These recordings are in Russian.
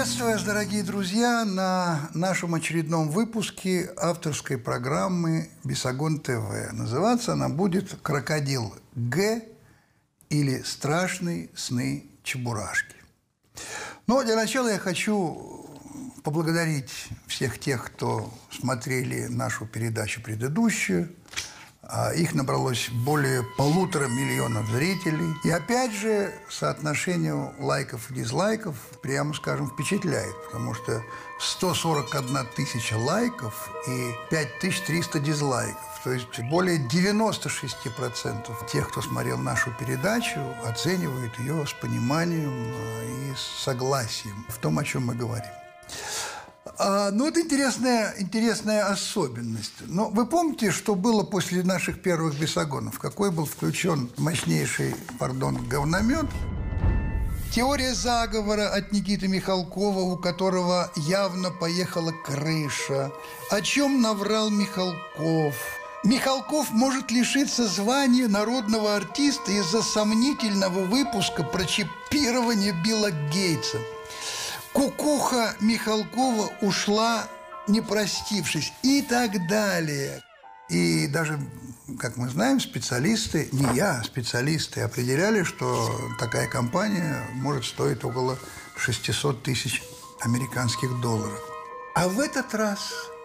Приветствую вас, дорогие друзья, на нашем очередном выпуске авторской программы «Бесогон ТВ». Называться она будет «Крокодил Г» или «Страшные сны Чебурашки». Но для начала я хочу поблагодарить всех тех, кто смотрели нашу передачу предыдущую. Их набралось более 1,5 миллиона зрителей. И опять же, соотношение лайков и дизлайков, прямо скажем, впечатляет, потому что 141 тысяча лайков и 5300 дизлайков. То есть более 96% тех, кто смотрел нашу передачу, оценивают ее с пониманием и с согласием в том, о чем мы говорим. Ну, это интересная особенность. Но вы помните, что было после наших первых бесогонов? Какой был включен мощнейший, говномет? Теория заговора от Никиты Михалкова, у которого явно поехала крыша. О чем наврал Михалков? Михалков может лишиться звания народного артиста из-за сомнительного выпуска про чипирование Билла Гейтса. Кукуха Михалкова ушла, не простившись, и так далее. И даже, как мы знаем, специалисты, не я, специалисты определяли, что такая компания может стоить около 600 тысяч американских долларов. А в этот раз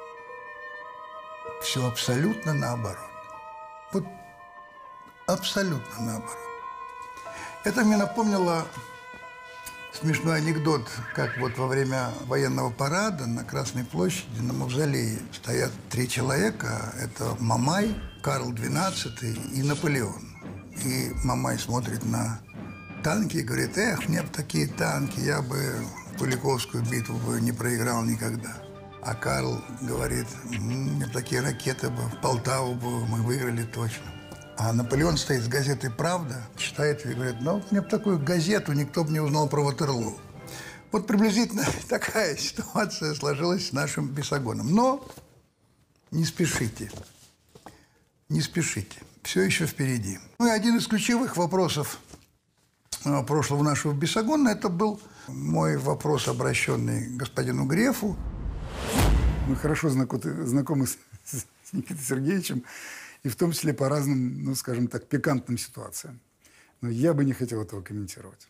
все абсолютно наоборот. Вот абсолютно наоборот. Это мне напомнило смешной анекдот, как вот во время военного парада на Красной площади на Мавзолее стоят 3 человека. Это Мамай, Карл XII и Наполеон. И Мамай смотрит на танки и говорит: эх, мне бы такие танки, я бы Куликовскую битву бы не проиграл никогда. А Карл говорит: мне бы такие ракеты бы, Полтаву бы мы выиграли точно. А Наполеон стоит с газетой «Правда», читает и говорит: ну, мне бы такую газету, никто бы не узнал про Ватерлоо. Вот приблизительно такая ситуация сложилась с нашим бесогоном. Но не спешите, не спешите, все еще впереди. Ну и один из ключевых вопросов прошлого нашего бесогона – это был мой вопрос, обращенный к господину Грефу. Мы хорошо знакомы с Никитой Сергеевичем, и в том числе по разным, ну, скажем так, пикантным ситуациям. Но я бы не хотел этого комментировать.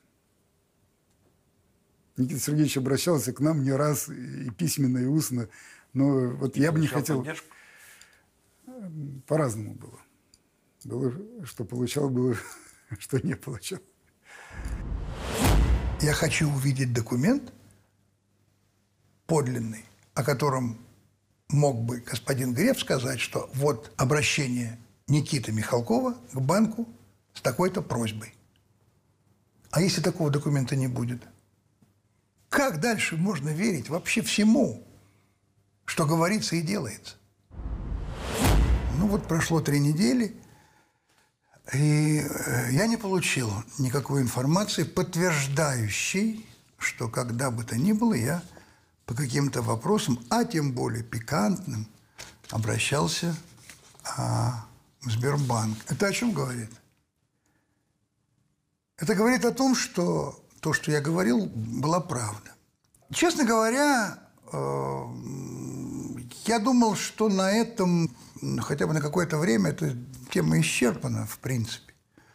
Никита Сергеевич обращался к нам не раз, и письменно, и устно, но вот я бы не хотел... Поддержку? По-разному было. Было, что получал, было, что не получал. Я хочу увидеть документ подлинный, о котором мог бы господин Греф сказать, что вот обращение Никиты Михалкова к банку с такой-то просьбой. А если такого документа не будет? Как дальше можно верить вообще всему, что говорится и делается? Ну вот прошло 3 недели, и я не получил никакой информации, подтверждающей, что когда бы то ни было я по каким-то вопросам, а тем более пикантным, обращался в Сбербанк. Это о чем говорит? Это говорит о том, что то, что я говорил, была правда. Честно говоря, я думал, что на этом, хотя бы на какое-то время, эта тема исчерпана, в принципе.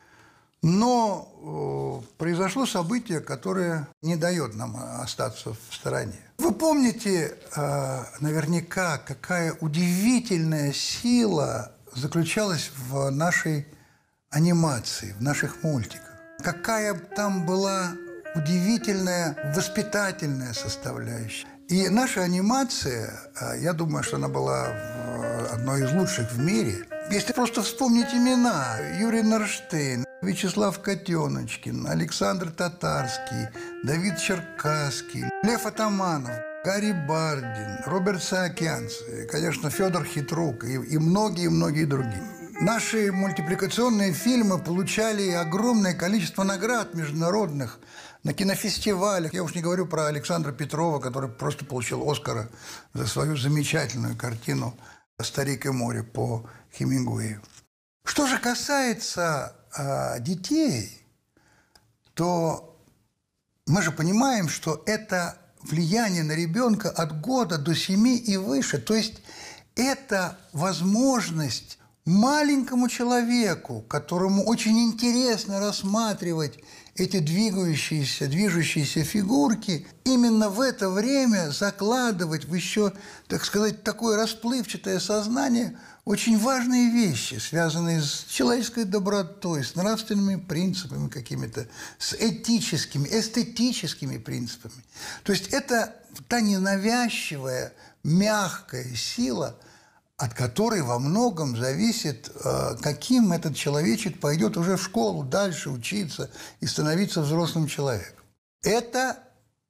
Но произошло событие, которое не дает нам остаться в стороне. Вы помните наверняка, какая удивительная сила заключалась в нашей анимации, в наших мультиках. Какая там была удивительная воспитательная составляющая. И наша анимация, я думаю, что она была одной из лучших в мире. Если просто вспомнить имена: Юрий Норштейн, Вячеслав Котеночкин, Александр Татарский, Давид Черкасский, Лев Атаманов, Гарри Бардин, Роберт Саакянц, конечно, Федор Хитрук и многие-многие другие. Наши мультипликационные фильмы получали огромное количество наград международных на кинофестивалях. Я уж не говорю про Александра Петрова, который просто получил Оскара за свою замечательную картину «Старик и море» по Хемингуэю. Что же касается детей, то мы же понимаем, что это влияние на ребенка от года до 7 и выше. То есть это возможность маленькому человеку, которому очень интересно рассматривать эти движущиеся фигурки, именно в это время закладывать в еще, так сказать, такое расплывчатое сознание очень важные вещи, связанные с человеческой добротой, с нравственными принципами какими-то, с этическими, эстетическими принципами. То есть это та ненавязчивая, мягкая сила, от которой во многом зависит, каким этот человечек пойдет уже в школу, дальше учиться и становиться взрослым человеком. Это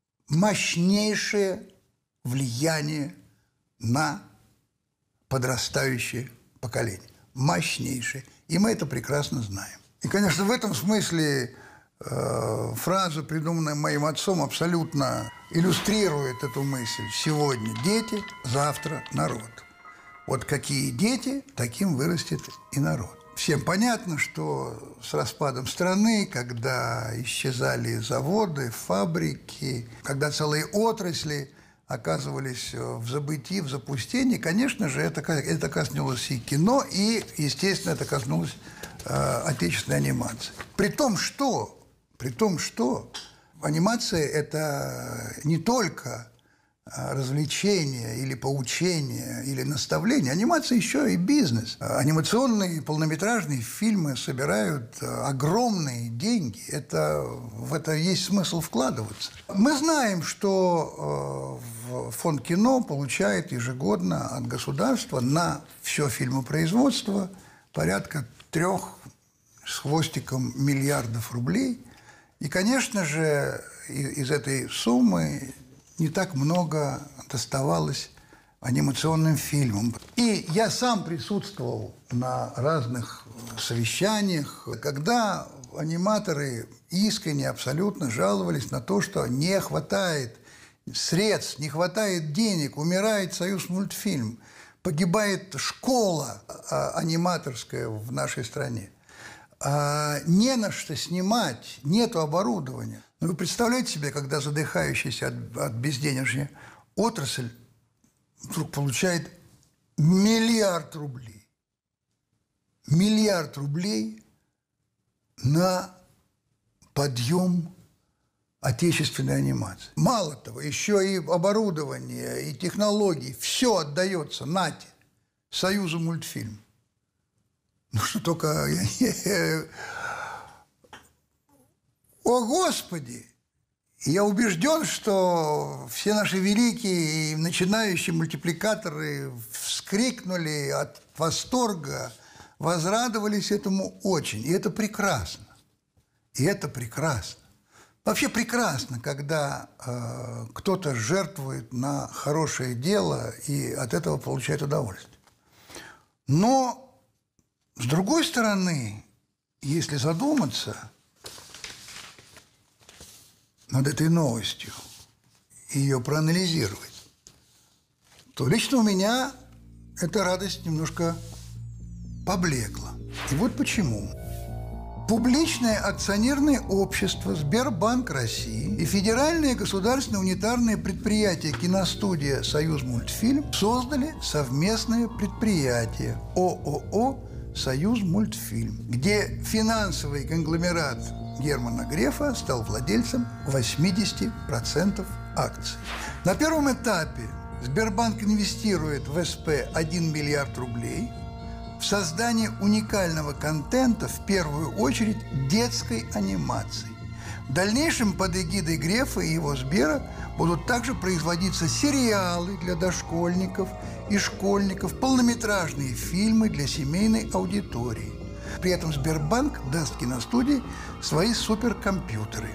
мощнейшее влияние на подрастающее поколение. Мощнейшее. И мы это прекрасно знаем. И, конечно, в этом смысле фраза, придуманная моим отцом, абсолютно иллюстрирует эту мысль. Сегодня дети, завтра народ. Вот какие дети, таким вырастет и народ. Всем понятно, что с распадом страны, когда исчезали заводы, фабрики, когда целые отрасли оказывались в забытии, в запустении, конечно же, это коснулось и кино, и, естественно, это коснулось отечественной анимации. При том, что анимация – это не только развлечение или поучение, или наставление. Анимация еще и бизнес. Анимационные полнометражные фильмы собирают огромные деньги. В это есть смысл вкладываться. Мы знаем, что фонд кино получает ежегодно от государства на все фильмопроизводство порядка 3 с хвостиком миллиардов рублей. И, конечно же, из этой суммы не так много доставалось анимационным фильмам. И я сам присутствовал на разных совещаниях, когда аниматоры искренне абсолютно жаловались на то, что не хватает средств, не хватает денег, умирает Союзмультфильм, погибает школа аниматорская в нашей стране. Не на что снимать, нету оборудования. Но вы представляете себе, когда задыхающаяся от безденежья отрасль вдруг получает 1 миллиард рублей. 1 миллиард рублей на подъем отечественной анимации. Мало того, еще и оборудование, и технологии, все отдается нате Союзмультфильм. Ну что только... О, Господи! Я убежден, что все наши великие и начинающие мультипликаторы вскрикнули от восторга, возрадовались этому очень. И это прекрасно. И это прекрасно. Вообще прекрасно, когда кто-то жертвует на хорошее дело и от этого получает удовольствие. Но, с другой стороны, если задуматься над этой новостью и ее проанализировать, то лично у меня эта радость немножко поблекла. И вот почему. Публичное акционерное общество «Сбербанк России» и Федеральное государственное унитарное предприятие «Киностудия Союзмультфильм» создали совместное предприятие ООО «Союзмультфильм», где финансовый конгломерат Германа Грефа стал владельцем 80% акций. На первом этапе Сбербанк инвестирует в СП 1 миллиард рублей в создание уникального контента, в первую очередь детской анимации. В дальнейшем под эгидой Грефа и его Сбера будут также производиться сериалы для дошкольников и школьников, полнометражные фильмы для семейной аудитории. При этом Сбербанк даст киностудии свои суперкомпьютеры.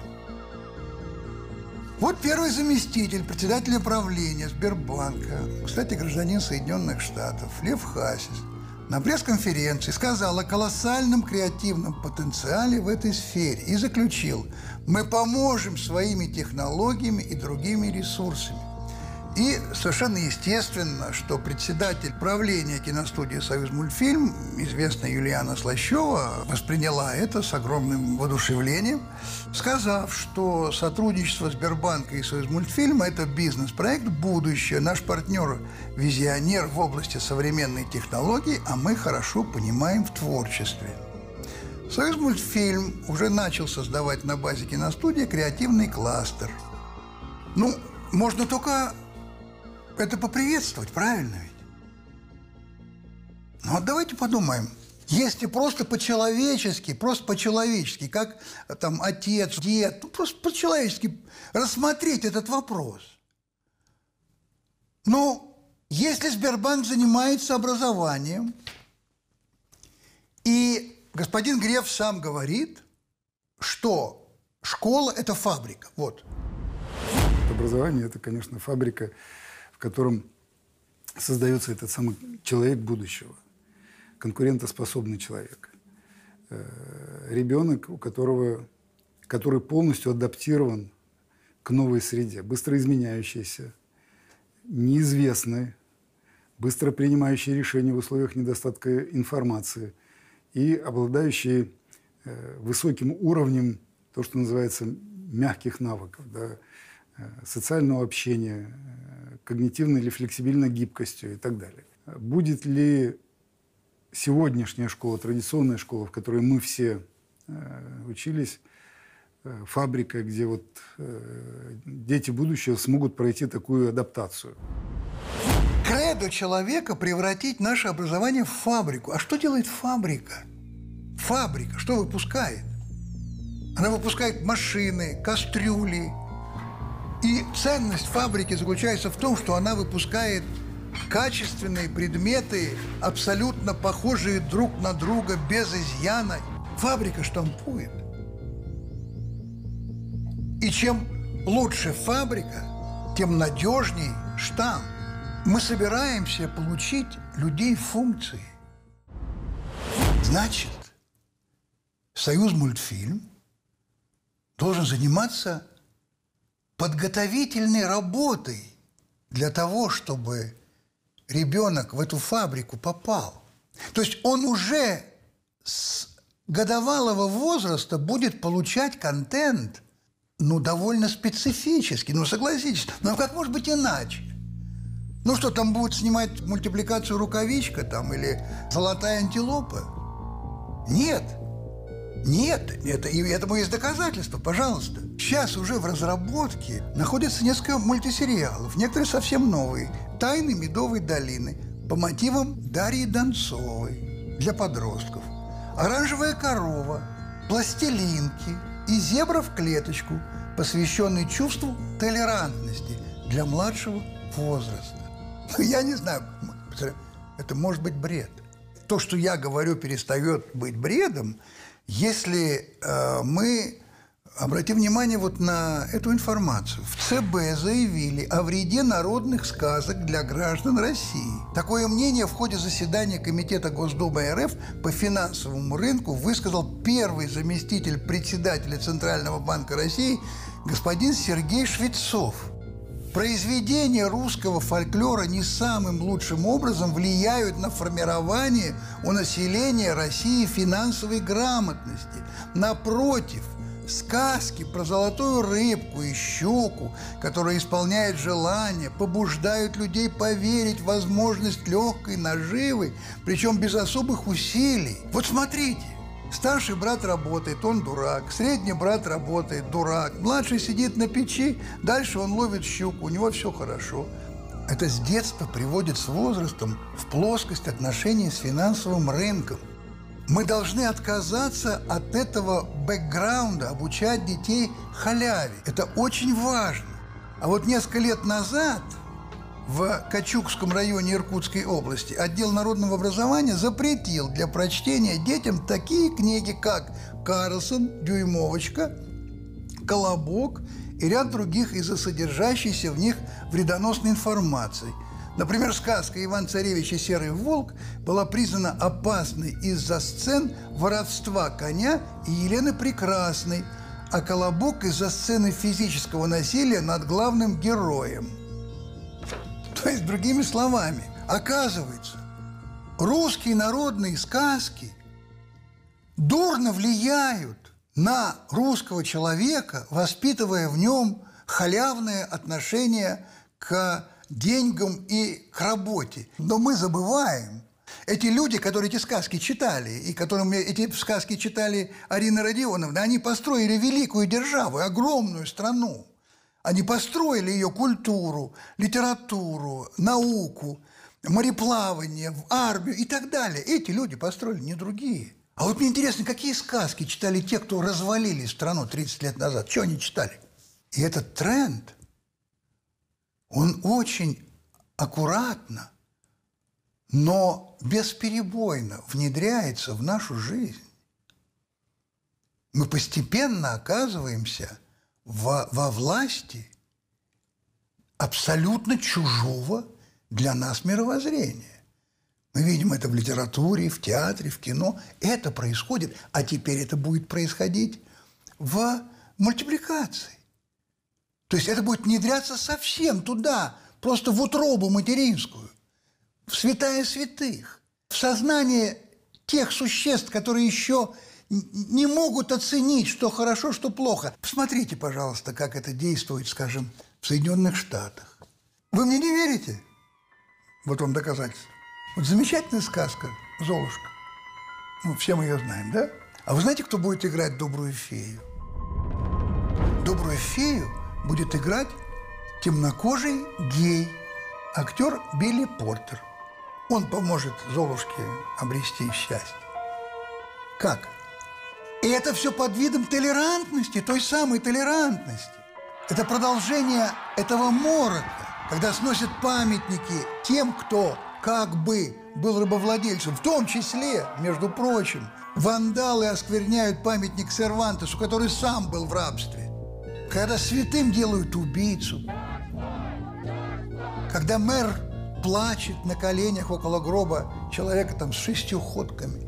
Вот первый заместитель председателя правления Сбербанка, кстати, гражданин Соединенных Штатов, Лев Хасис, на пресс-конференции сказал о колоссальном креативном потенциале в этой сфере и заключил: мы поможем своими технологиями и другими ресурсами. И совершенно естественно, что председатель правления киностудии «Союзмультфильм», известная Юлиана Слащева, восприняла это с огромным воодушевлением, сказав, что сотрудничество Сбербанка и «Союзмультфильма» – это бизнес-проект будущее. Наш партнер – визионер в области современной технологии, а мы хорошо понимаем в творчестве. «Союзмультфильм» уже начал создавать на базе киностудии креативный кластер. Ну, можно только это поприветствовать, правильно ведь? Ну, вот давайте подумаем. Если просто по-человечески, как там отец, дед, ну, просто по-человечески рассмотреть этот вопрос. Ну, если Сбербанк занимается образованием, и господин Греф сам говорит, что школа – это фабрика. Вот. Образование – это, конечно, фабрика, в котором создается этот самый человек будущего, конкурентоспособный человек. Ребенок, который полностью адаптирован к новой среде, быстро изменяющейся, неизвестной, быстро принимающий решения в условиях недостатка информации и обладающий высоким уровнем, то, что называется, мягких навыков, да, социального общения, когнитивной или флексибильной гибкостью и так далее. Будет ли сегодняшняя школа, традиционная школа, в которой мы все учились, фабрика, где вот дети будущего смогут пройти такую адаптацию? Кредо человека – превратить наше образование в фабрику. А что делает фабрика? Фабрика что выпускает? Она выпускает машины, кастрюли. И ценность фабрики заключается в том, что она выпускает качественные предметы, абсолютно похожие друг на друга, без изъяна. Фабрика штампует. И чем лучше фабрика, тем надежней штамп. Мы собираемся получить людей функции. Значит, «Союзмультфильм» должен заниматься подготовительной работой для того, чтобы ребенок в эту фабрику попал. То есть он уже с годовалого возраста будет получать контент, ну, довольно специфический, ну, согласитесь, но как может быть иначе? Ну что, там будут снимать мультипликацию «Рукавичка» там, или «Золотая антилопа»? Нет. Нет, и этому есть доказательства, пожалуйста. Сейчас уже в разработке находится несколько мультисериалов, некоторые совсем новые. «Тайны Медовой долины» по мотивам Дарьи Донцовой для подростков. «Оранжевая корова», «Пластилинки» и «Зебра в клеточку», посвященный чувству толерантности для младшего возраста. Я не знаю, это может быть бред. То, что я говорю, перестает быть бредом, если мы обратим внимание вот на эту информацию. В ЦБ заявили о вреде народных сказок для граждан России. Такое мнение в ходе заседания Комитета Госдумы РФ по финансовому рынку высказал первый заместитель председателя Центрального банка России господин Сергей Швецов. Произведения русского фольклора не самым лучшим образом влияют на формирование у населения России финансовой грамотности. Напротив, сказки про золотую рыбку и щуку, которая исполняет желания, побуждают людей поверить в возможность легкой наживы, причем без особых усилий. Вот смотрите. Старший брат работает, он дурак. Средний брат работает, дурак. Младший сидит на печи, дальше он ловит щуку, у него все хорошо. Это с детства приводит с возрастом в плоскость отношений с финансовым рынком. Мы должны отказаться от этого бэкграунда, обучать детей халяве. Это очень важно. А вот несколько лет назад в Качукском районе Иркутской области отдел народного образования запретил для прочтения детям такие книги, как «Карлсон», «Дюймовочка», «Колобок» и ряд других из-за содержащейся в них вредоносной информации. Например, сказка «Иван-царевич и серый волк» была признана опасной из-за сцен воровства коня и Елены Прекрасной, а «Колобок» из-за сцены физического насилия над главным героем. То есть, другими словами, оказывается, русские народные сказки дурно влияют на русского человека, воспитывая в нем халявное отношение к деньгам и к работе. Но мы забываем, эти люди, которые эти сказки читали, и которым эти сказки читали Арина Родионовна, они построили великую державу, огромную страну. Они построили ее культуру, литературу, науку, мореплавание, армию и так далее. Эти люди построили, не другие. А вот мне интересно, какие сказки читали те, кто развалили страну 30 лет назад? Что они читали? И этот тренд, он очень аккуратно, но бесперебойно внедряется в нашу жизнь. Мы постепенно оказываемся во власти абсолютно чужого для нас мировоззрения. Мы видим это в литературе, в театре, в кино. Это происходит, а теперь это будет происходить в мультипликации. То есть это будет внедряться совсем туда, просто в утробу материнскую, в святая святых, в сознание тех существ, которые еще не могут оценить, что хорошо, что плохо. Посмотрите, пожалуйста, как это действует, скажем, в Соединенных Штатах. Вы мне не верите? Вот вам доказательство. Вот замечательная сказка «Золушка». Ну, все мы ее знаем, да? А вы знаете, кто будет играть добрую фею? Добрую фею будет играть темнокожий гей, актер Билли Портер. Он поможет Золушке обрести счастье. Как? И это все под видом толерантности, той самой толерантности. Это продолжение этого морока, когда сносят памятники тем, кто как бы был рабовладельцем, в том числе, между прочим, вандалы оскверняют памятник Сервантесу, который сам был в рабстве. Когда святым делают убийцу, когда мэр плачет на коленях около гроба человека там с 6 ходками.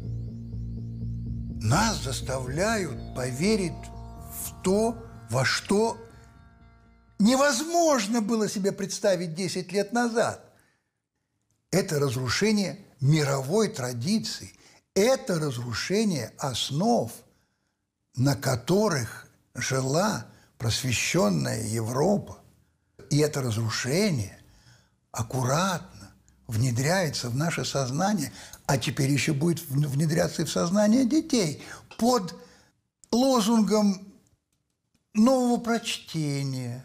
Нас заставляют поверить в то, во что невозможно было себе представить 10 лет назад. Это разрушение мировой традиции, это разрушение основ, на которых жила просвещенная Европа. И это разрушение аккуратно внедряется в наше сознание, а теперь еще будет внедряться и в сознание детей под лозунгом нового прочтения.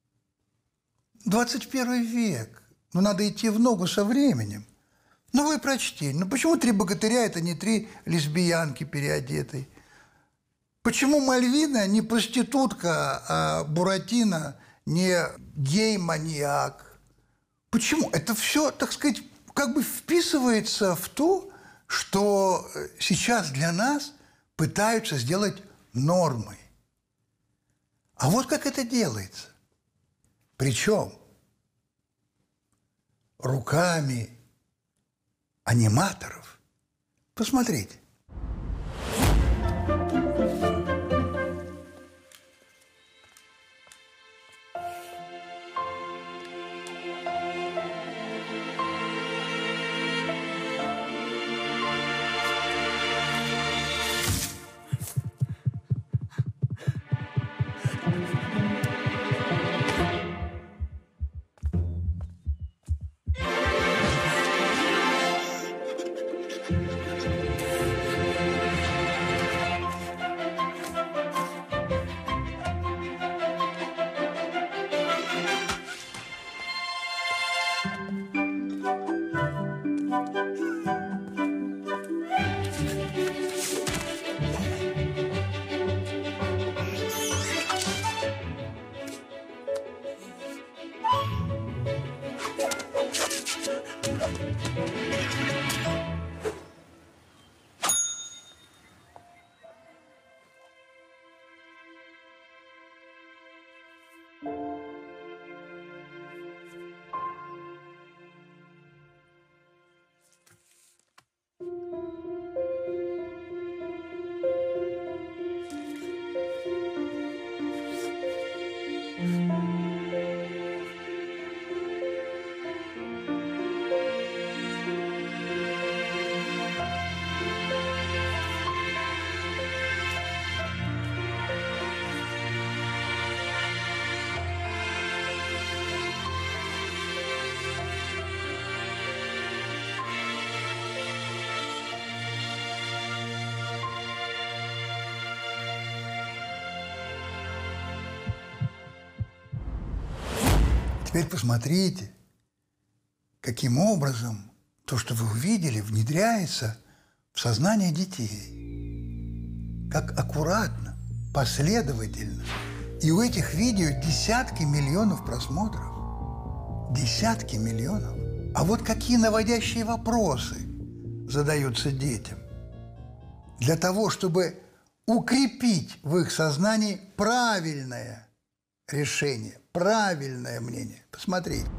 21 век. Но надо идти в ногу со временем. Новое прочтение. Ну почему 3 богатыря – это не 3 лесбиянки переодетые? Почему Мальвина не проститутка, а Буратино не гей-маньяк? Почему? Это все, так сказать, как бы вписывается в то, что сейчас для нас пытаются сделать нормой. А вот как это делается. Причем руками аниматоров. Посмотрите. теперь посмотрите, каким образом то, что вы увидели, внедряется в сознание детей. Как аккуратно, последовательно. И у этих видео десятки миллионов просмотров. Десятки миллионов. А вот какие наводящие вопросы задаются детям. Для того, чтобы укрепить в их сознании правильное решение, правильное мнение. Посмотрите.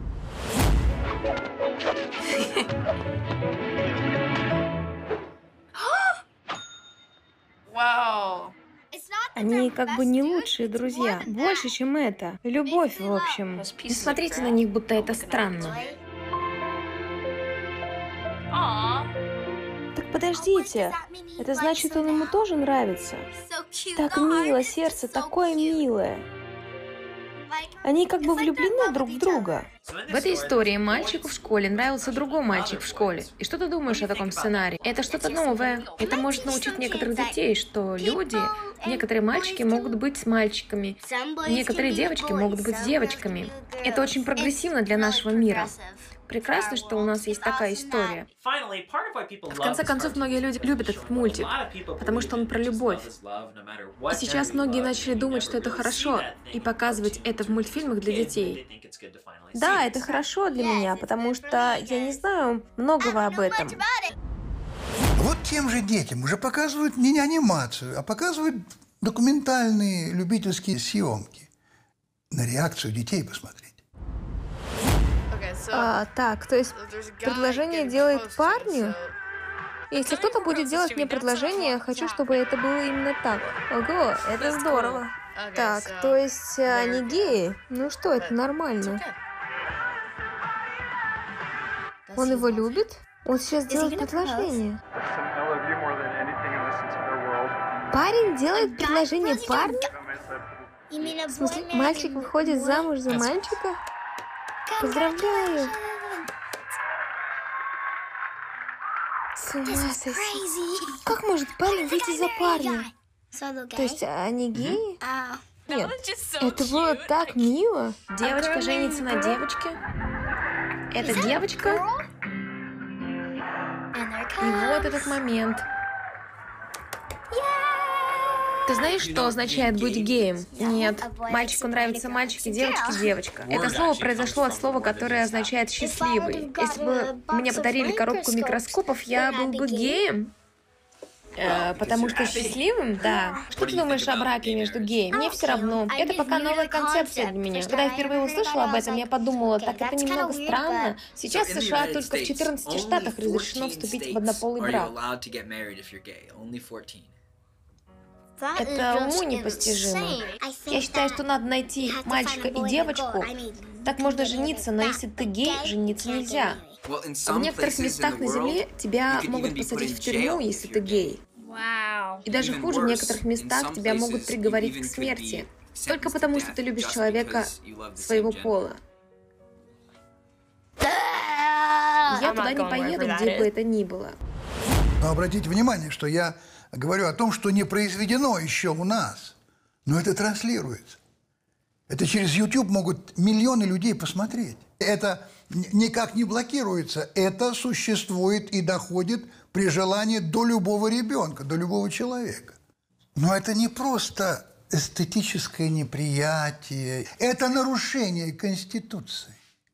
Вау! Они как бы не лучшие друзья. Больше, чем это. Любовь, в общем. Не смотрите на них, будто это странно. Так подождите. Это значит, он ему тоже нравится? Так мило, сердце такое милое. Они как бы влюблены друг в друга. В этой истории мальчику в школе нравился другой мальчик в школе. И что ты думаешь о таком сценарии? Это что-то новое. Это может научить некоторых детей, что люди, некоторые мальчики могут быть с мальчиками, некоторые девочки могут быть с девочками. Это очень прогрессивно для нашего мира. Прекрасно, что у нас есть такая история. В конце концов, многие люди любят этот мультик, потому что он про любовь. И сейчас многие начали думать, что это хорошо, и показывать это в мультфильмах для детей. Да, это хорошо для меня, потому что я не знаю многого об этом. Вот тем же детям уже показывают не анимацию, а показывают документальные любительские съемки. На реакцию детей посмотреть. Так, то есть предложение делает парню? Если кто-то будет делать мне предложение, я хочу, чтобы это было именно так. Ого, это здорово. Так, то есть они геи? Ну что, это нормально. Он его любит? Он сейчас делает предложение. Парень делает предложение парню? В смысле, мальчик выходит замуж за мальчика? Поздравляю! С ума сойти. Как может парень выйти за парня? То есть они геи? Нет, это было так мило. Девочка женится на девочке. Это девочка. И вот этот момент. Ты знаешь, что означает быть геем? Нет. Мальчику нравятся мальчики, девочке девочка. Это слово произошло от слова, которое означает «счастливый». Если бы мне подарили коробку микроскопов, я был бы геем. Потому что счастливым? Да. Что ты думаешь о браке между геями? Мне все равно. Это пока новая концепция для меня. Когда я впервые услышала об этом, я подумала, так это немного странно. Сейчас в США только в 14 штатах разрешено вступить в однополый брак. Это уму непостижимо. Я считаю, что надо найти мальчика и девочку. Так можно жениться, но если ты гей, жениться нельзя. В некоторых местах на Земле тебя могут посадить в тюрьму, если ты гей. И даже хуже, в некоторых местах тебя могут приговорить к смерти. Только потому, что ты любишь человека своего пола. Я туда не поеду, где бы это ни было. Но обратите внимание, что я говорю о том, что не произведено еще у нас, но это транслируется. Это через YouTube могут миллионы людей посмотреть. Это никак не блокируется. Это существует и доходит при желании до любого ребенка, до любого человека. Но это не просто эстетическое неприятие. Это нарушение Конституции.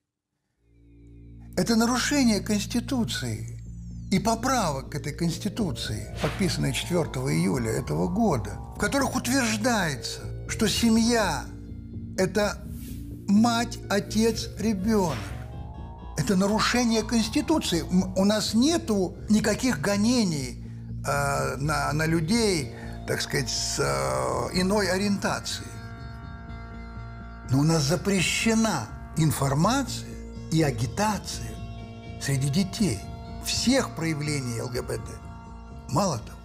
Это нарушение Конституции и поправок к этой Конституции, подписанной 4 июля этого года, в которых утверждается, что семья – это мать, отец, ребенок. Это нарушение Конституции. У нас нету никаких гонений на людей, так сказать, с иной ориентацией. Но у нас запрещена информация и агитация среди детей всех проявлений ЛГБТ. Мало того,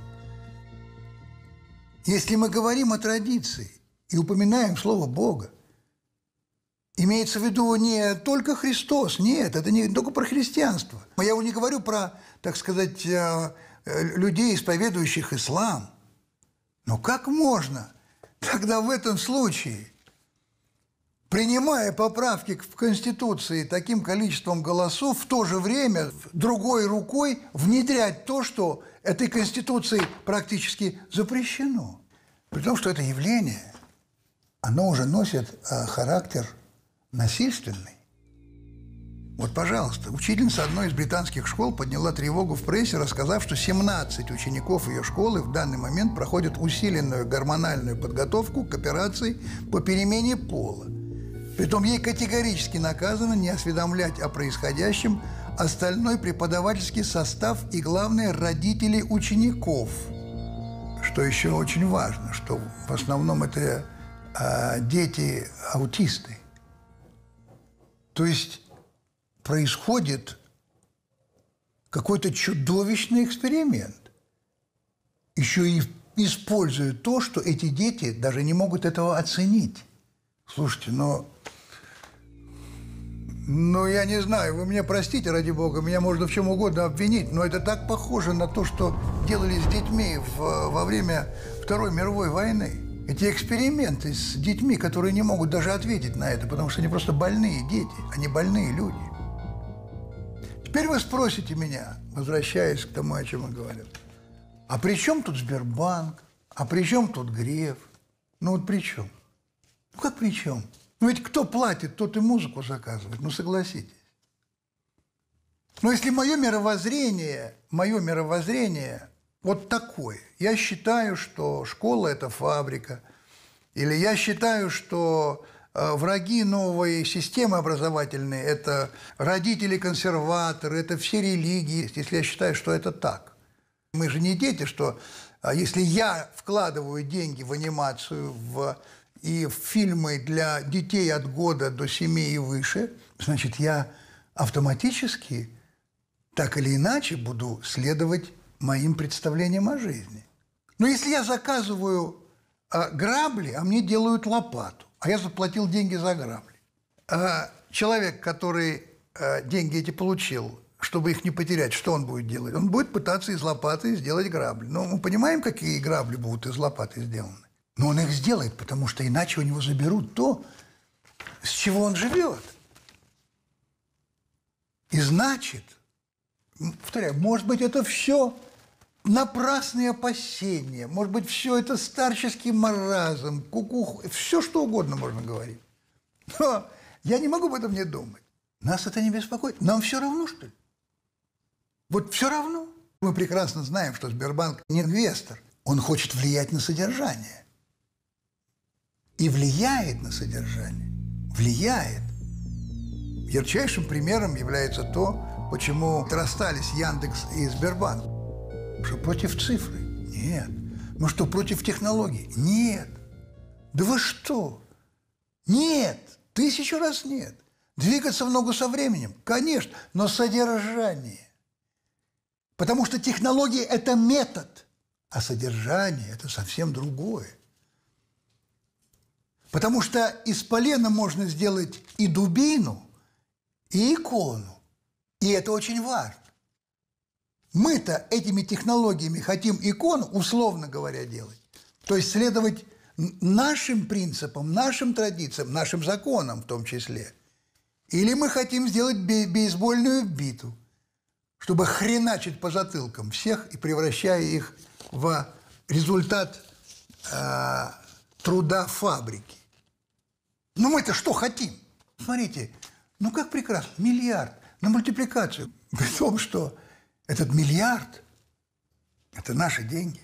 если мы говорим о традиции и упоминаем слово Бога, имеется в виду не только Христос, нет, это не только про христианство. Я не говорю про, так сказать, людей, исповедующих ислам. Но как можно тогда в этом случае принимая поправки в Конституции таким количеством голосов, в то же время другой рукой внедрять то, что этой Конституцией практически запрещено. При том, что это явление, оно уже носит характер насильственный. Вот, пожалуйста, учительница одной из британских школ подняла тревогу в прессе, рассказав, что 17 учеников ее школы в данный момент проходят усиленную гормональную подготовку к операции по перемене пола. Притом ей категорически наказано не осведомлять о происходящем остальной преподавательский состав и, главное, родители учеников. Что еще очень важно, что в основном это дети-аутисты. То есть происходит какой-то чудовищный эксперимент. Еще и используя то, что эти дети даже не могут этого оценить. Слушайте, но я не знаю, вы меня простите, ради бога, меня можно в чем угодно обвинить, но это так похоже на то, что делали с детьми во время Второй мировой войны. Эти эксперименты с детьми, которые не могут даже ответить на это, потому что они просто больные дети, они больные люди. Теперь вы спросите меня, возвращаясь к тому, о чем я говорил, а при чем тут Сбербанк? А при чем тут Греф? Ну вот при чем? Ну как при чем? Ну ведь кто платит, тот и музыку заказывает, ну согласитесь. Но если мое мировоззрение вот такое, я считаю, что школа – это фабрика, или я считаю, что враги новой системы образовательной – это родители-консерваторы, это все религии, если я считаю, что это так. Мы же не дети, что если я вкладываю деньги в анимацию, и в фильмы для детей от года до 7 и выше, значит, я автоматически так или иначе буду следовать моим представлениям о жизни. Но если я заказываю грабли, а мне делают лопату, а я заплатил деньги за грабли, человек, который деньги эти получил, чтобы их не потерять, что он будет делать? Он будет пытаться из лопаты сделать грабли. Но мы понимаем, какие грабли будут из лопаты сделаны. Но он их сделает, потому что иначе у него заберут то, с чего он живет. И значит, повторяю, может быть, это все напрасные опасения, может быть, все это старческий маразм, кукуха, все что угодно можно говорить. Но я не могу об этом не думать. Нас это не беспокоит. Нам все равно, что ли? Вот все равно. Мы прекрасно знаем, что Сбербанк не инвестор. Он хочет влиять на содержание. И влияет на содержание. Влияет. Ярчайшим примером является то, почему расстались Яндекс и Сбербанк. Что против цифры? Нет. Ну что, против технологий? Нет. Да вы что? Нет. 1000 раз нет. Двигаться в ногу со временем? Конечно. Но содержание. Потому что технологии – это метод, а содержание – это совсем другое. Потому что из полена можно сделать и дубину, и икону. И это очень важно. Мы-то этими технологиями хотим икону, условно говоря, делать. То есть следовать нашим принципам, нашим традициям, нашим законам в том числе. Или мы хотим сделать бейсбольную биту, чтобы хреначить по затылкам всех и превращая их в результат труда фабрики. Ну мы-то что хотим? Смотрите, ну как прекрасно, миллиард на мультипликацию. При том, что этот миллиард – это наши деньги.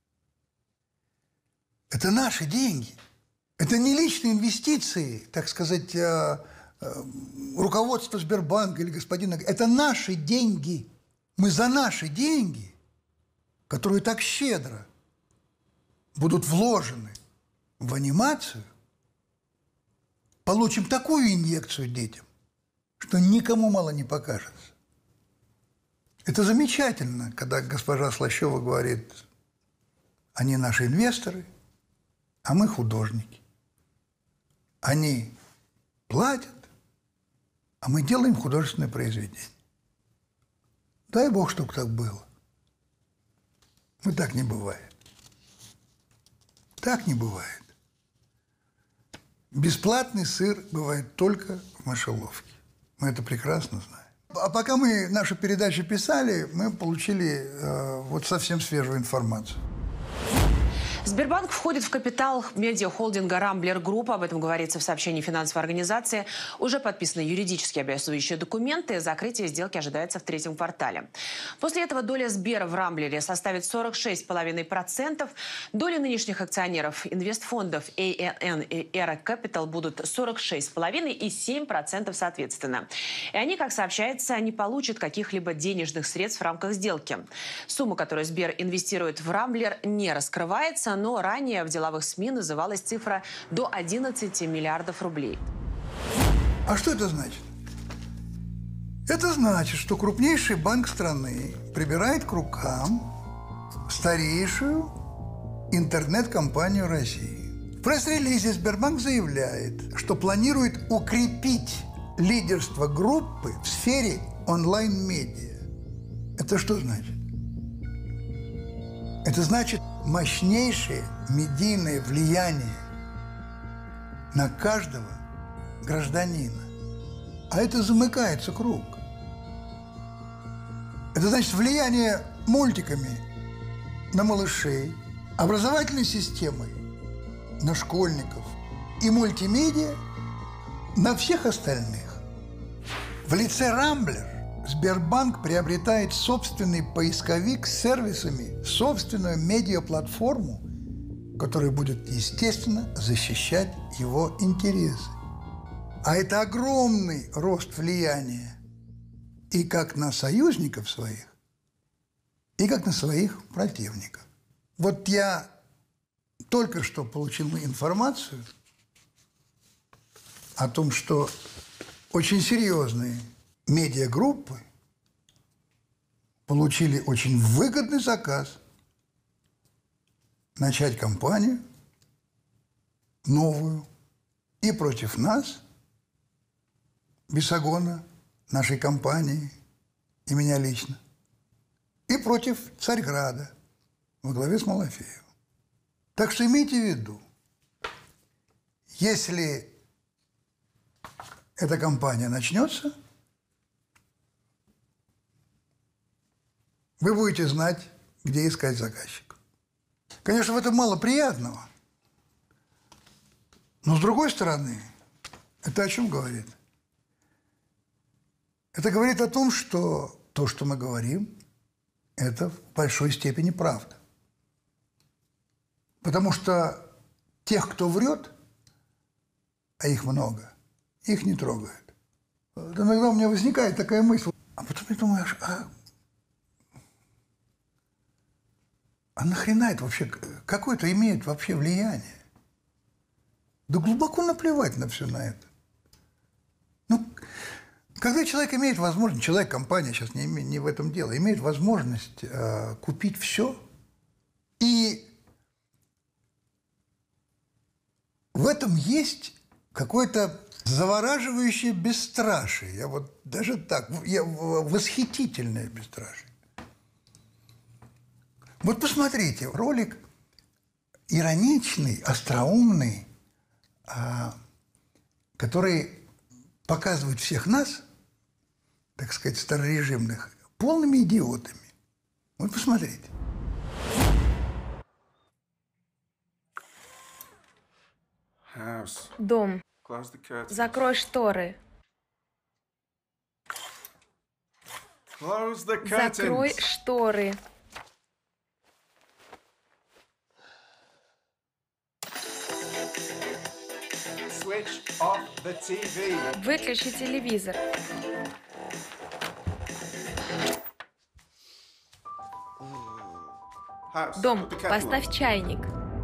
Это наши деньги. Это не личные инвестиции, так сказать, руководства Сбербанка или господина. Это наши деньги. Мы за наши деньги, которые так щедро будут вложены в анимацию, получим такую инъекцию детям, что никому мало не покажется. Это замечательно, когда госпожа Слащева говорит, они наши инвесторы, а мы художники. Они платят, а мы делаем художественное произведение. Дай Бог, чтобы так было. Но так не бывает. Так не бывает. Бесплатный сыр бывает только в мышеловке. Мы это прекрасно знаем. А пока мы нашу передачу писали, мы получили вот совсем свежую информацию. Сбербанк входит в капитал медиахолдинга «Рамблер Групп». Об этом говорится в сообщении финансовой организации. Уже подписаны юридически обязывающие документы. Закрытие сделки ожидается в третьем квартале. После этого доля Сбера в «Рамблере» составит 46,5%. Доли нынешних акционеров инвестфондов ANN и Era Capital будут 46,5% и 7% соответственно. И они, как сообщается, не получат каких-либо денежных средств в рамках сделки. Сумма, которую Сбер инвестирует в «Рамблер», не раскрывается, но ранее в деловых СМИ называлась цифра до 11 миллиардов рублей. А что это значит? Это значит, что крупнейший банк страны прибирает к рукам старейшую интернет-компанию России. В пресс-релизе Сбербанк заявляет, что планирует укрепить лидерство группы в сфере онлайн-медиа. Это что значит? Это значит мощнейшее медийное влияние на каждого гражданина. А это замыкается круг. Это значит влияние мультиками на малышей, образовательной системой на школьников и мультимедиа на всех остальных. В лице «Рамблер» Сбербанк приобретает собственный поисковик с сервисами, собственную медиаплатформу, которая будет, естественно, защищать его интересы. А это огромный рост влияния и как на союзников своих, и как на своих противников. Вот я только что получил информацию о том, что очень серьезные медиагруппы получили очень выгодный заказ начать кампанию новую и против нас, Бесогона, нашей компании и меня лично, и против Царьграда во главе с Малафеевым. Так что имейте в виду, если эта кампания начнется, вы будете знать, где искать заказчика. Конечно, в этом мало приятного. Но, с другой стороны, это о чем говорит? Это говорит о том, что то, что мы говорим, это в большой степени правда. Потому что тех, кто врет, а их много, их не трогают. Вот иногда у меня возникает такая мысль, а потом я думаю, а нахрена это вообще, какое это имеет вообще влияние? Да глубоко наплевать на все на это. Ну, когда человек имеет возможность, человек, компания, сейчас не в этом дело, имеет возможность купить все, и в этом есть какое-то завораживающее бесстрашие. Я вот даже так, восхитительное бесстрашие. Вот посмотрите, ролик ироничный, остроумный, который показывает всех нас, так сказать, старорежимных, полными идиотами. Вот посмотрите. Дом. Закрой шторы. Закрой шторы. Выключи телевизор. Дом, поставь чайник.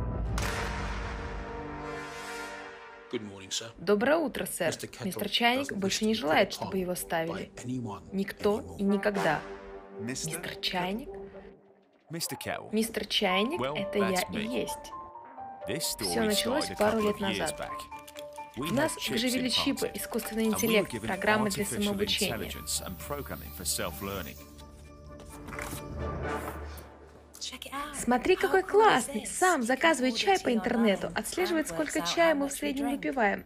Доброе утро, сэр. Мистер Чайник больше не желает, чтобы его ставили. Никто и никогда. Мистер Чайник? Мистер Чайник, это я и есть. Все началось пару лет назад. В нас вживили чипы, искусственный интеллект, программы для самообучения. Смотри, какой классный. Сам заказывает чай по интернету, отслеживает, сколько чая мы в среднем выпиваем.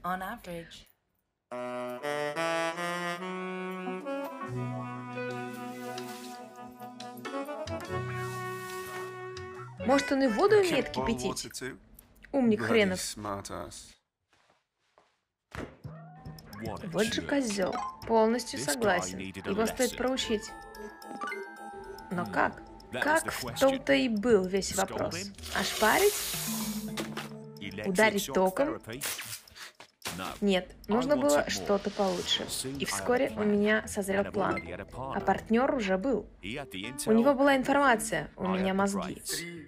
Может, он и воду умеет кипятить? Умник хренов. Вот же козел. Полностью согласен. Его стоит проучить. Но как? Как, в том-то и был весь вопрос. Ошпарить? Ударить током? Нет, нужно было что-то получше. И вскоре у меня созрел план. А партнер уже был. У него была информация, у меня мозги.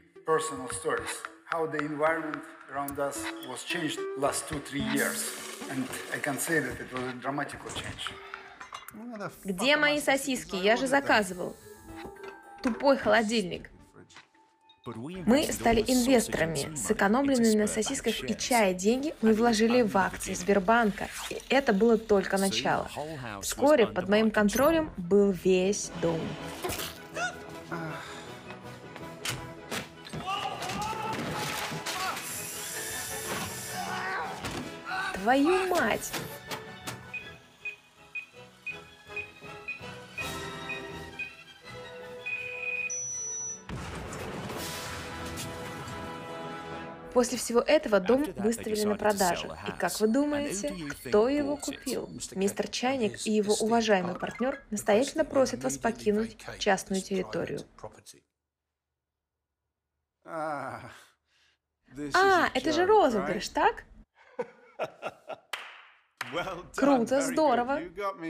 Где мои сосиски? Я же заказывал. Тупой холодильник. Мы стали инвесторами. Сэкономленные на сосисках и чае деньги мы вложили в акции Сбербанка. И это было только начало. Вскоре под моим контролем был весь дом. Твою мать! После всего этого дом выставили на продажу. И как вы думаете, кто его купил? Мистер Чайник и его уважаемый партнер настоятельно просят вас покинуть частную территорию. Это же розыгрыш, так? Круто, здорово.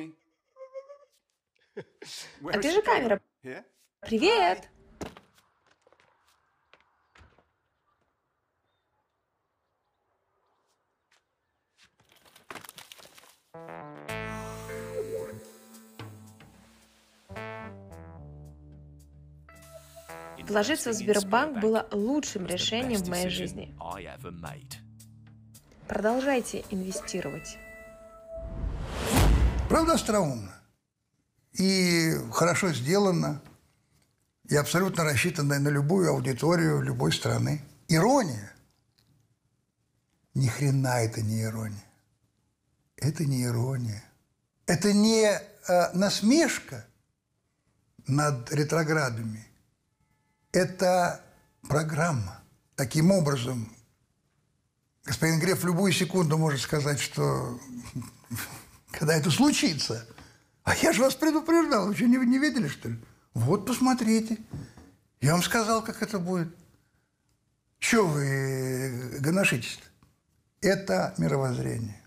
А где же камера? Привет! Вложиться в Сбербанк было лучшим решением в моей жизни. Продолжайте инвестировать. Правда, остроумно. И хорошо сделано. И абсолютно рассчитано на любую аудиторию любой страны. Ирония? Ни хрена это не ирония. Это не ирония. Это не насмешка над ретроградами. Это программа. Таким образом, господин Греф в любую секунду может сказать, что когда это случится, а я же вас предупреждал, вы что, не видели, что ли? Вот, посмотрите. Я вам сказал, как это будет. Чего вы гоношитесь-то? Это мировоззрение.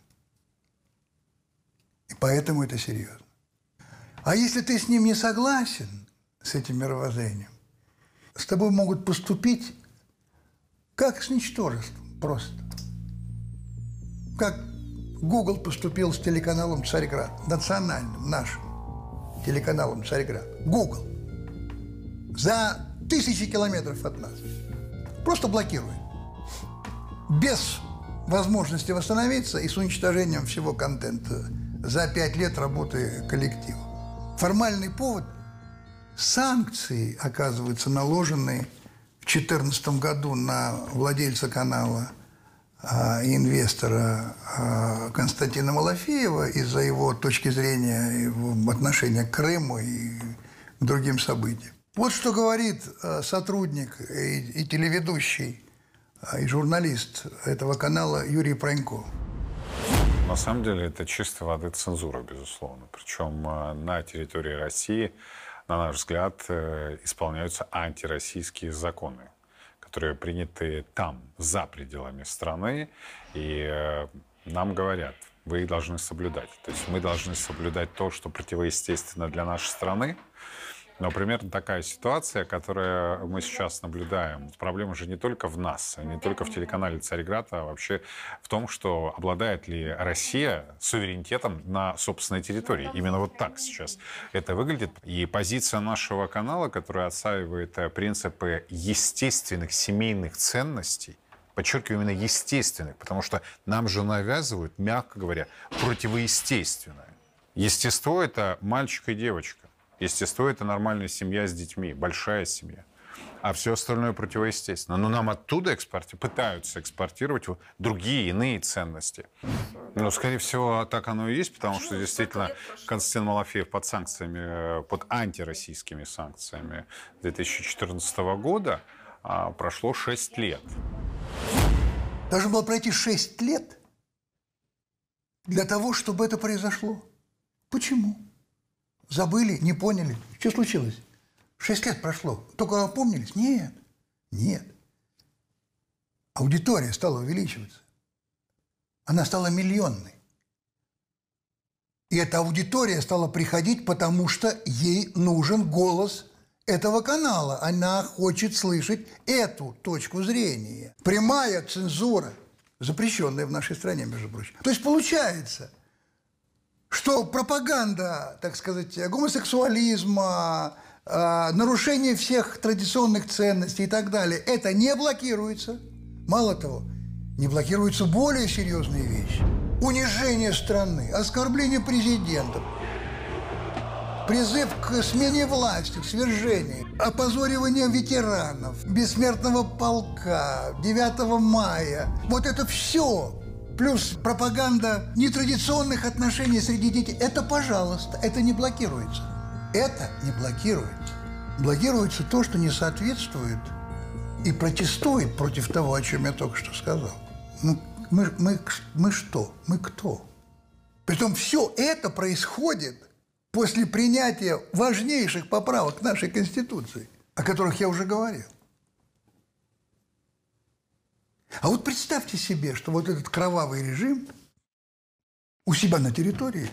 И поэтому это серьезно. А если ты с ним не согласен, с этим мировоззрением, с тобой могут поступить как с ничтожеством просто. Как Google поступил с телеканалом «Царьград», национальным нашим телеканалом «Царьград». Google. За 1000 километров от нас. Просто блокирует. Без возможности восстановиться и с уничтожением всего контента за 5 лет работы коллектива. Формальный повод – санкции, оказывается, наложенные в 2014 году на владельца канала и инвестора Константина Малафеева из-за его точки зрения, его отношения к Крыму и к другим событиям. Вот что говорит сотрудник и телеведущий, и журналист этого канала Юрий Пронько. На самом деле это чистой воды цензура, безусловно. Причем на территории России, на наш взгляд, исполняются антироссийские законы, которые приняты там, за пределами страны, и нам говорят, вы их должны соблюдать. То есть мы должны соблюдать то, что противоестественно для нашей страны. Но примерно такая ситуация, которую мы сейчас наблюдаем. Проблема же не только в нас, не только в телеканале «Царьград», а вообще в том, что обладает ли Россия суверенитетом на собственной территории. Именно вот так сейчас это выглядит. И позиция нашего канала, которая отстаивает принципы естественных семейных ценностей, подчеркиваю, именно естественных, потому что нам же навязывают, мягко говоря, противоестественное. Естество – это мальчик и девочка. Естество – это нормальная семья с детьми, большая семья. а все остальное противоестественно. Но нам оттуда пытаются экспортировать другие, иные ценности. Ну, скорее всего, так оно и есть, потому что действительно Константин Малафеев под санкциями, под антироссийскими санкциями 2014 года прошло 6 лет. Должно было пройти 6 лет для того, чтобы это произошло. Почему? Забыли, не поняли. Что случилось? 6 лет прошло. Только опомнились? Нет. Нет. Аудитория стала увеличиваться. Она стала миллионной. И эта аудитория стала приходить, потому что ей нужен голос этого канала. Она хочет слышать эту точку зрения. Прямая цензура, запрещенная в нашей стране, между прочим. То есть получается, что пропаганда, так сказать, гомосексуализма, нарушение всех традиционных ценностей и так далее, это не блокируется. Мало того, не блокируются более серьезные вещи. Унижение страны, оскорбление президента, призыв к смене власти, к свержению, опозоривание ветеранов, бессмертного полка, 9 мая. Вот это все, плюс пропаганда нетрадиционных отношений среди детей. Это, пожалуйста, это не блокируется. Это не блокируется. Блокируется то, что не соответствует и протестует против того, о чем я только что сказал. Ну, мы что? Мы кто? Притом все это происходит после принятия важнейших поправок к нашей Конституции, о которых я уже говорил. А вот представьте себе, что вот этот кровавый режим у себя на территории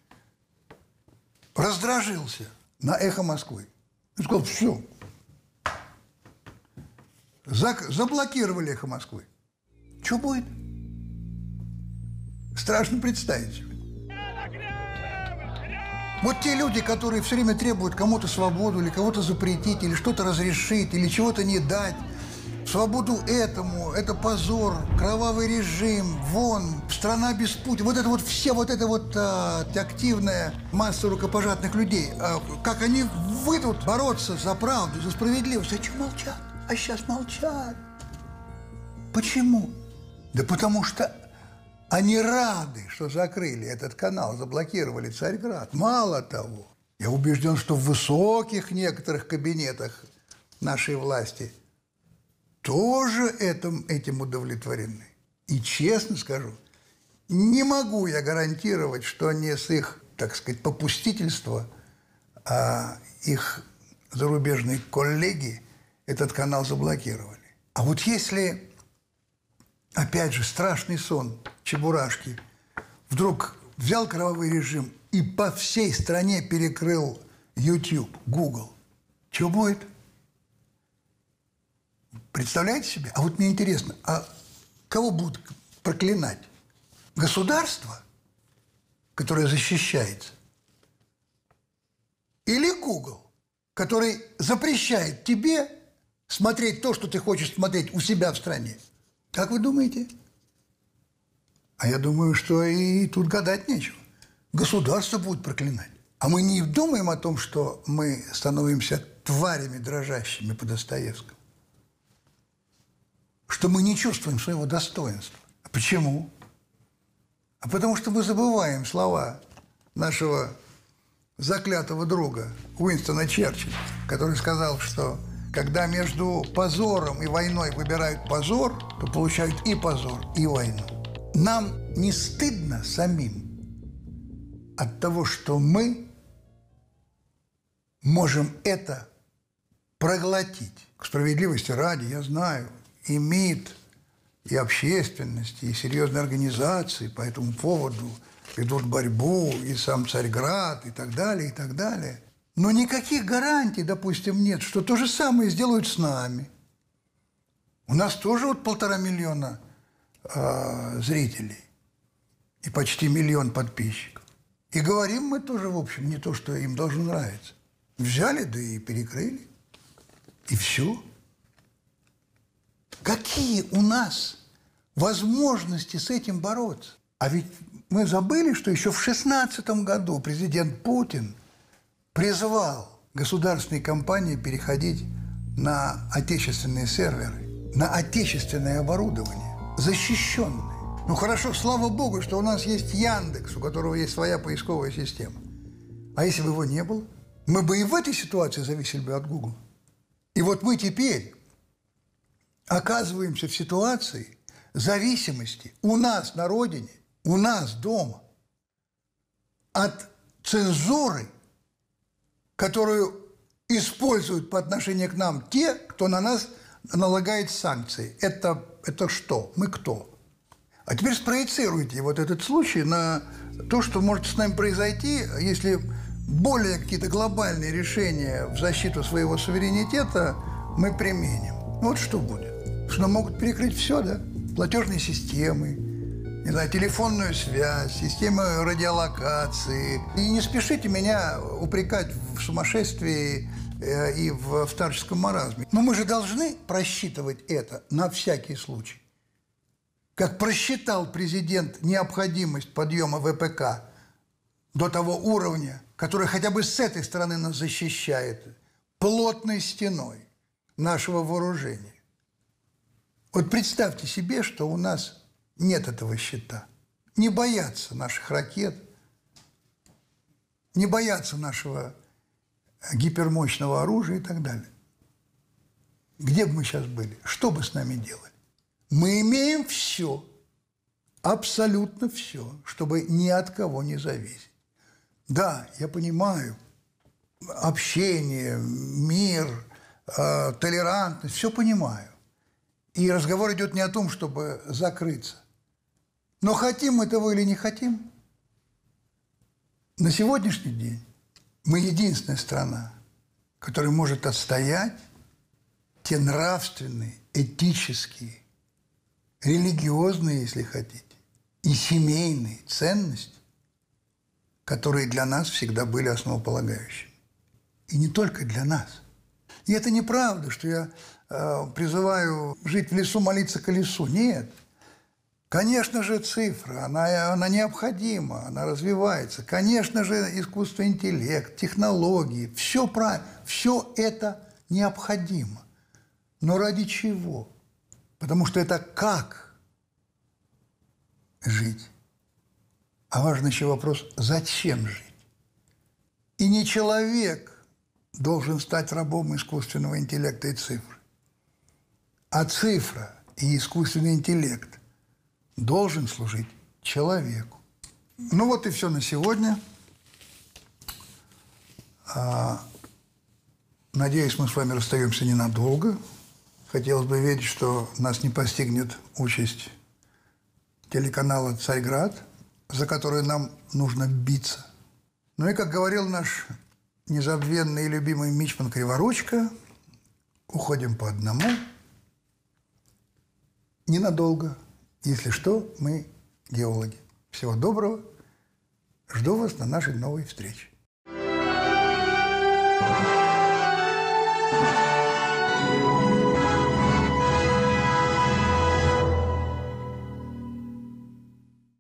раздражился на «Эхо Москвы». И сказал, все, заблокировали «Эхо Москвы». Что будет? Страшно представить себе. Вот те люди, которые все время требуют кому-то свободу, или кого-то запретить, или что-то разрешить, или чего-то не дать, свободу этому, это позор, кровавый режим, вон, страна без пути. Вот это вот все, вот эта вот активная масса рукопожатных людей, как они выйдут бороться за правду, за справедливость. А что молчат? А сейчас молчат. Почему? Да потому что они рады, что закрыли этот канал, заблокировали Царьград. Мало того, я убежден, что в высоких некоторых кабинетах нашей власти тоже этим удовлетворены. И честно скажу, не могу я гарантировать, что они с их, так сказать, попустительства, их зарубежные коллеги этот канал заблокировали. А вот если, опять же, страшный сон Чебурашки вдруг взял кровавый режим и по всей стране перекрыл YouTube, Google, что будет? Представляете себе? А вот мне интересно, а кого будут проклинать? Государство, которое защищается? Или Google, который запрещает тебе смотреть то, что ты хочешь смотреть у себя в стране? Как вы думаете? А я думаю, что и тут гадать нечего. Государство будет проклинать. А мы не думаем о том, что мы становимся тварями дрожащими по Достоевскому. Что мы не чувствуем своего достоинства. А почему? А потому что мы забываем слова нашего заклятого друга Уинстона Черчилля, который сказал, что когда между позором и войной выбирают позор, то получают и позор, и войну. Нам не стыдно самим от того, что мы можем это проглотить. К справедливости ради, я знаю, и МИД, и общественность, и серьезные организации по этому поводу ведут борьбу, и сам Царьград, и так далее, и так далее. Но никаких гарантий, допустим, нет, что то же самое сделают с нами. У нас тоже вот 1,5 миллиона зрителей и почти 1 миллион подписчиков. И говорим мы тоже, в общем, не то, что им должно нравиться. Взяли, да и перекрыли. И все. Какие у нас возможности с этим бороться? А ведь мы забыли, что еще в 2016 году президент Путин призвал государственные компании переходить на отечественные серверы, на отечественное оборудование, защищенные. Ну хорошо, слава богу, что у нас есть Яндекс, у которого есть своя поисковая система. А если бы его не было, мы бы и в этой ситуации зависели бы от Google. И вот мы теперь оказываемся в ситуации зависимости у нас на родине, у нас дома от цензуры, которую используют по отношению к нам те, кто на нас налагает санкции. Это что? Мы кто? А теперь спроецируйте вот этот случай на то, что может с нами произойти, если более какие-то глобальные решения в защиту своего суверенитета мы применим. Вот что будет. Что нам могут перекрыть все, да? Платежные системы, не знаю, телефонную связь, системы радиолокации. И не спешите меня упрекать в сумасшествии и в старческом маразме. Но мы же должны просчитывать это на всякий случай. Как просчитал президент необходимость подъема ВПК до того уровня, который хотя бы с этой стороны нас защищает плотной стеной нашего вооружения. Вот представьте себе, что у нас нет этого щита. Не боятся наших ракет, не боятся нашего гипермощного оружия и так далее. Где бы мы сейчас были? Что бы с нами делали? Мы имеем все, абсолютно все, чтобы ни от кого не зависеть. Да, я понимаю, общение, мир, толерантность, все понимаю. И разговор идет не о том, чтобы закрыться. Но хотим мы того или не хотим, на сегодняшний день мы единственная страна, которая может отстоять те нравственные, этические, религиозные, если хотите, и семейные ценности, которые для нас всегда были основополагающими. И не только для нас. И это неправда, что я призываю жить в лесу, молиться колесу. Нет. Конечно же, цифра, она необходима, она развивается. Конечно же, искусственный интеллект, технологии, все правильно, все это необходимо. Но ради чего? Потому что это как жить. А важный еще вопрос, зачем жить? И не человек должен стать рабом искусственного интеллекта и цифры. А цифра и искусственный интеллект должен служить человеку. Ну вот и все на сегодня. Надеюсь, мы с вами расстаемся ненадолго. Хотелось бы верить, что нас не постигнет участь телеканала «Царьград», за который нам нужно биться. Ну и, как говорил наш незабвенный и любимый мичман Криворучка, уходим по одному. Ненадолго. Если что, мы геологи. Всего доброго. Жду вас на нашей новой встрече.